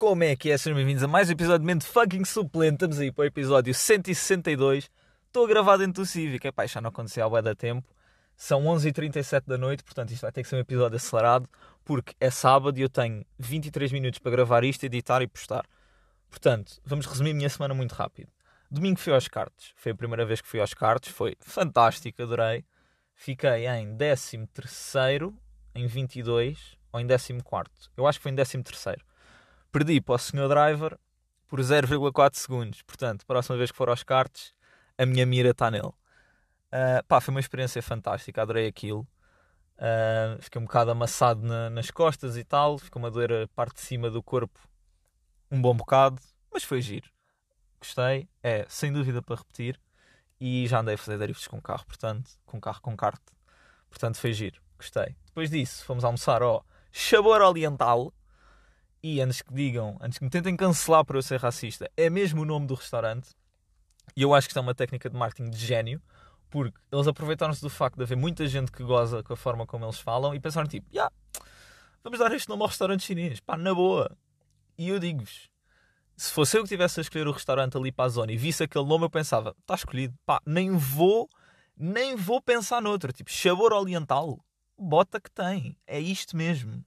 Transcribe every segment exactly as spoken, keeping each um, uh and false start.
Como é que é? Sejam bem-vindos a mais um episódio de Mente Fucking Suplente. Estamos aí para o episódio cento e sessenta e dois. Estou a gravar dentro do Civic. Epá, já não aconteceu há bué da tempo. São onze e trinta e sete da noite, portanto isto vai ter que ser um episódio acelerado, porque é sábado e eu tenho vinte e três minutos para gravar isto, editar e postar. Portanto, vamos resumir a minha semana muito rápido. Domingo fui aos karts. Foi a primeira vez que fui aos karts. Foi fantástico, adorei. Fiquei em décimo terceiro, em vinte e dois, ou em décimo quarto. Eu acho que foi em décimo terceiro. Perdi para o senhor Driver por zero vírgula quatro segundos. Portanto, próxima vez que for aos karts, a minha mira está nele. Uh, pá, foi uma experiência fantástica, adorei aquilo. Uh, fiquei um bocado amassado na, nas costas e tal. Ficou-me a doer a parte de cima do corpo um bom bocado, mas foi giro. Gostei, é sem dúvida para repetir. E já andei a fazer drifts com carro, portanto, com carro com kart. Portanto, foi giro, gostei. Depois disso, fomos almoçar ao Sabor Oriental. E antes que digam, antes que me tentem cancelar por eu ser racista, é mesmo o nome do restaurante. E eu acho que isto é uma técnica de marketing de gênio, porque eles aproveitaram-se do facto de haver muita gente que goza com a forma como eles falam e pensaram tipo, yeah, vamos dar este nome ao restaurante chinês, pá, na boa. E eu digo-vos, se fosse eu que tivesse a escolher o restaurante ali para a zona e visse aquele nome, eu pensava, está escolhido, pá, nem vou, nem vou pensar noutro, tipo, Sabor Oriental, bota que tem, é isto mesmo.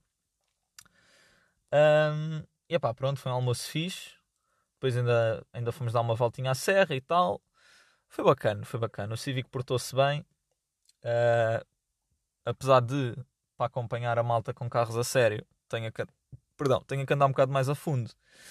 Um, e pá, pronto, foi um almoço fixe. Depois ainda, ainda fomos dar uma voltinha à serra e tal. Foi bacana, foi bacana. O Civic portou-se bem. Uh, apesar de, para acompanhar a malta com carros a sério, tenha que, perdão, tenha que andar um bocado mais a fundo.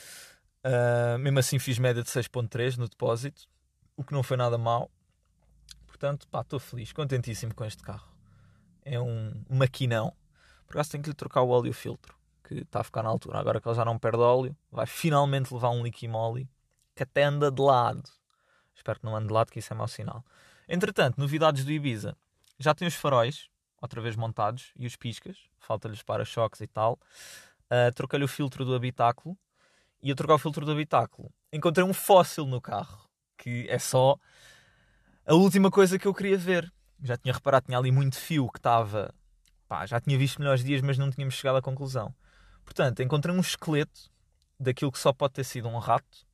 Uh, mesmo assim fiz média de seis ponto três no depósito, o que não foi nada mau. Portanto, pá, estou feliz, contentíssimo com este carro. É um maquinão. Por acaso tenho que lhe trocar o óleo e o filtro, que está a ficar na altura. Agora que ele já não perde óleo, vai finalmente levar um Liquimoli que até anda de lado. Espero que não ande de lado, que isso é mau sinal. Entretanto, novidades do Ibiza. Já tem os faróis, outra vez montados, e os piscas. Falta-lhes os para-choques e tal. Uh, Troquei-lhe o filtro do habitáculo. E a trocar o filtro do habitáculo, encontrei um fóssil no carro, que é só a última coisa que eu queria ver. Já tinha reparado, tinha ali muito fio que estava... Pá, já tinha visto melhores dias, mas não tínhamos chegado à conclusão. Portanto, encontrei um esqueleto daquilo que só pode ter sido um rato.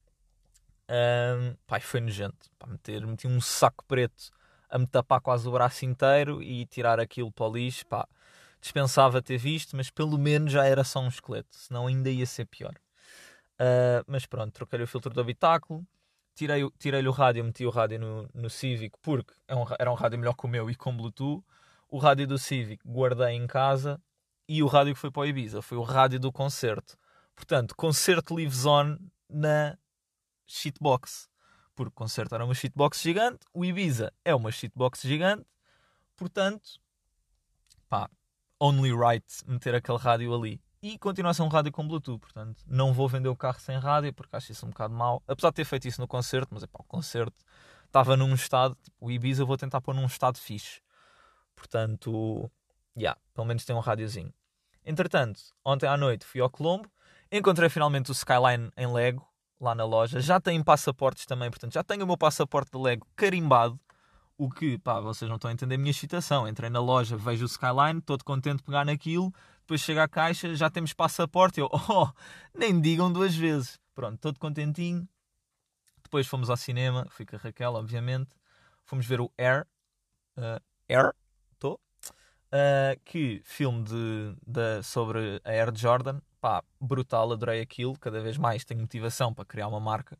Um, pá, foi nojento. Pá, meter, meti um saco preto a me tapar quase o braço inteiro e tirar aquilo para o lixo. Pá, dispensava ter visto, mas pelo menos já era só um esqueleto. Senão ainda ia ser pior. Uh, mas pronto, troquei o filtro do habitáculo. Tirei, tirei-lhe o rádio, meti o rádio no, no Civic, porque é um, era um rádio melhor que o meu e com Bluetooth. O rádio do Civic guardei em casa. E o rádio que foi para o Ibiza foi o rádio do concerto. Portanto, concerto lives on na shitbox. Porque o concerto era uma shitbox gigante, o Ibiza é uma shitbox gigante. Portanto, pá, only right meter aquele rádio ali. E continua a ser um rádio com Bluetooth. Portanto, não vou vender o carro sem rádio, porque acho isso um bocado mau. Apesar de ter feito isso no concerto, mas é pá, o concerto estava num estado, tipo, o Ibiza eu vou tentar pôr num estado fixe. Portanto, yeah, pelo menos tem um rádiozinho. Entretanto, ontem à noite fui ao Colombo, encontrei finalmente o Skyline em Lego, lá na loja. Já tem passaportes também, portanto, já tenho o meu passaporte de Lego carimbado. O que, pá, vocês não estão a entender a minha excitação. Entrei na loja, vejo o Skyline, todo contente de pegar naquilo, depois chega à caixa, já temos passaporte. Eu, oh, nem digam duas vezes. Pronto, todo contentinho. Depois fomos ao cinema, fui com a Raquel, obviamente. Fomos ver o Air. Uh, Air? Estou? Uh, que filme de, de, sobre a Air Jordan. Pá, brutal, adorei aquilo. Cada vez mais tenho motivação para criar uma marca.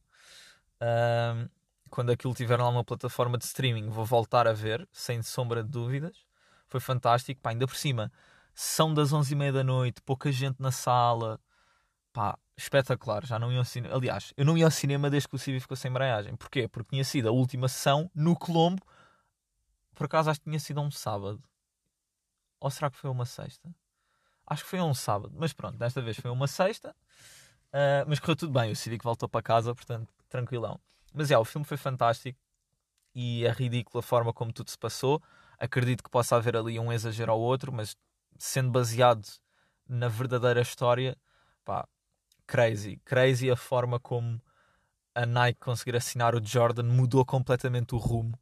Uh, quando aquilo tiver lá uma plataforma de streaming, vou voltar a ver, sem sombra de dúvidas. Foi fantástico. Pá, ainda por cima, são das onze e meia da noite, pouca gente na sala. Pá, espetacular. Já não ia ao cinema. Aliás, eu não ia ao cinema desde que o Civi ficou sem embreagem. Porquê? Porque tinha sido a última sessão no Colombo. Por acaso acho que tinha sido um sábado. Ou será que foi uma sexta? Acho que foi um sábado. Mas pronto, desta vez foi uma sexta. Uh, mas correu tudo bem. O Civic voltou para casa, portanto, tranquilão. Mas é, o filme foi fantástico. E é ridículo a forma como tudo se passou. Acredito que possa haver ali um exagero ao outro, mas sendo baseado na verdadeira história, pá, crazy. Crazy a forma como a Nike conseguir assinar o Jordan mudou completamente o rumo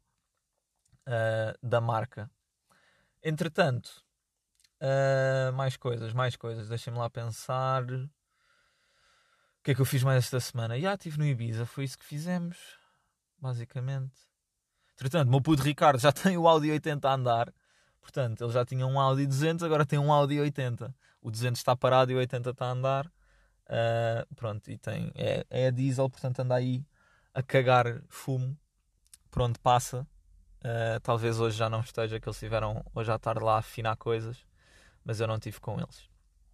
uh, da marca. Entretanto, uh, mais coisas, mais coisas. Deixem-me lá pensar. O que é que eu fiz mais esta semana? Já estive no Ibiza, foi isso que fizemos, basicamente. Entretanto, o meu puto Ricardo já tem o Audi oitenta a andar. Portanto, ele já tinha um Audi duzentos, agora tem um Audi oitenta. O duzentos está parado e o oitenta está a andar. Uh, pronto, e tem, é, é a diesel, portanto anda aí a cagar fumo por onde passa. Uh, talvez hoje já não esteja, que eles estiveram hoje à tarde lá a afinar coisas, mas eu não estive com eles.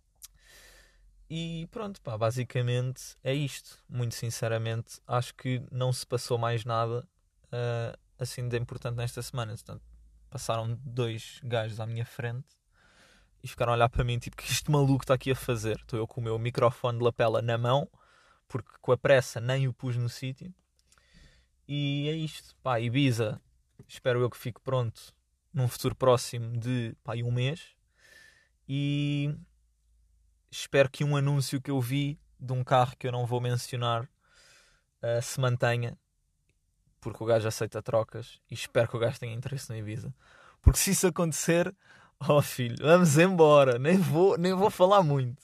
E pronto, pá, basicamente é isto. Muito sinceramente, acho que não se passou mais nada uh, assim de importante nesta semana. Portanto, passaram dois gajos à minha frente e ficaram a olhar para mim, tipo, que este maluco está aqui a fazer? Estou eu com o meu microfone de lapela na mão, porque com a pressa nem o pus no sítio. E é isto, pá, Ibiza, espero eu que fique pronto num futuro próximo de, pá, um mês. E espero que um anúncio que eu vi de um carro que eu não vou mencionar uh, se mantenha, porque o gajo aceita trocas e espero que o gajo tenha interesse no Ibiza. Porque se isso acontecer, oh filho, vamos embora, nem vou, nem vou falar muito.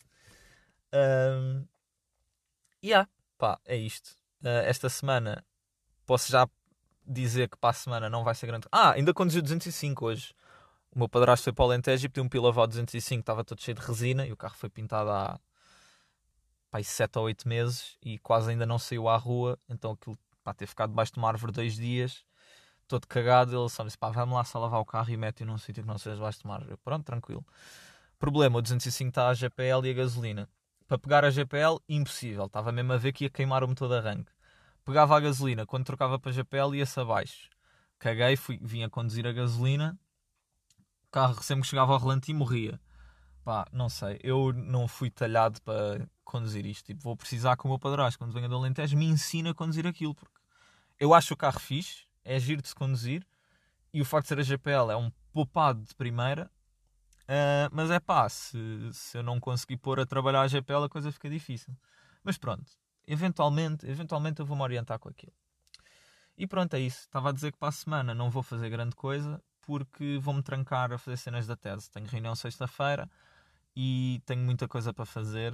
Um, e yeah, pá, é isto. Uh, esta semana posso já dizer que para a semana não vai ser grande. Ah, ainda conduzi o duzentos e cinco hoje. O meu padrasto foi para o Alentejo e pediu um Pilavó duzentos e cinco, estava todo cheio de resina e o carro foi pintado há pá, sete ou oito meses e quase ainda não saiu à rua, então aquilo pá, ter ficado debaixo de uma árvore dois dias, todo cagado. Ele só disse, pá, vai-me lá só lavar o carro e mete-o num sítio que não seja debaixo de uma árvore. Eu, pronto, tranquilo. Problema, o duzentos e cinco está a G P L e a gasolina. Para pegar a G P L, impossível, estava mesmo a ver que ia queimar o motor de arranque. Pegava a gasolina, quando trocava para G P L ia-se abaixo. Caguei, fui, vim a conduzir a gasolina, o carro sempre que chegava ao relante e morria. Pá, não sei, eu não fui talhado para conduzir isto. Tipo, vou precisar que o meu padrasto, quando venha do Alentejo, me ensine a conduzir aquilo, porque eu acho o carro fixe, é giro de se conduzir, e o facto de ser a G P L é um poupado de primeira, uh, mas é pá, se, se eu não conseguir pôr a trabalhar a G P L, a coisa fica difícil. Mas pronto, eventualmente, eventualmente eu vou-me orientar com aquilo. E pronto, é isso. Estava a dizer que para a semana não vou fazer grande coisa, porque vou-me trancar a fazer cenas da tese. Tenho reunião sexta-feira e tenho muita coisa para fazer.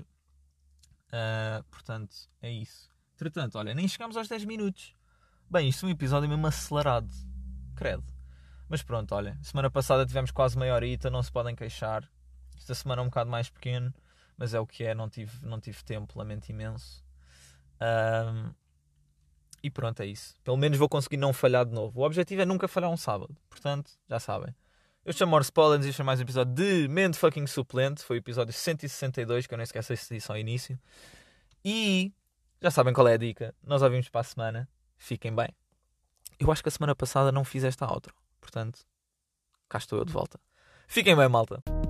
Uh, portanto, é isso. Entretanto, olha, nem chegamos aos dez minutos. Bem, isto é um episódio mesmo acelerado. Credo. Mas pronto, olha, semana passada tivemos quase meia horita, não se podem queixar. Esta semana é um bocado mais pequeno, mas é o que é, não tive, não tive tempo, lamento imenso. Um, e pronto, é isso. Pelo menos vou conseguir não falhar de novo. O objetivo é nunca falhar um sábado. Portanto, já sabem. Eu chamo Morse Pollens e este é mais um episódio de Mente Fucking Suplente. Foi o episódio cento e sessenta e dois, que eu nem esqueci essa edição ao início. E já sabem qual é a dica. Nós ouvimos para a semana. Fiquem bem. Eu acho que a semana passada não fiz esta outro. Portanto, cá estou eu de volta. Fiquem bem, malta.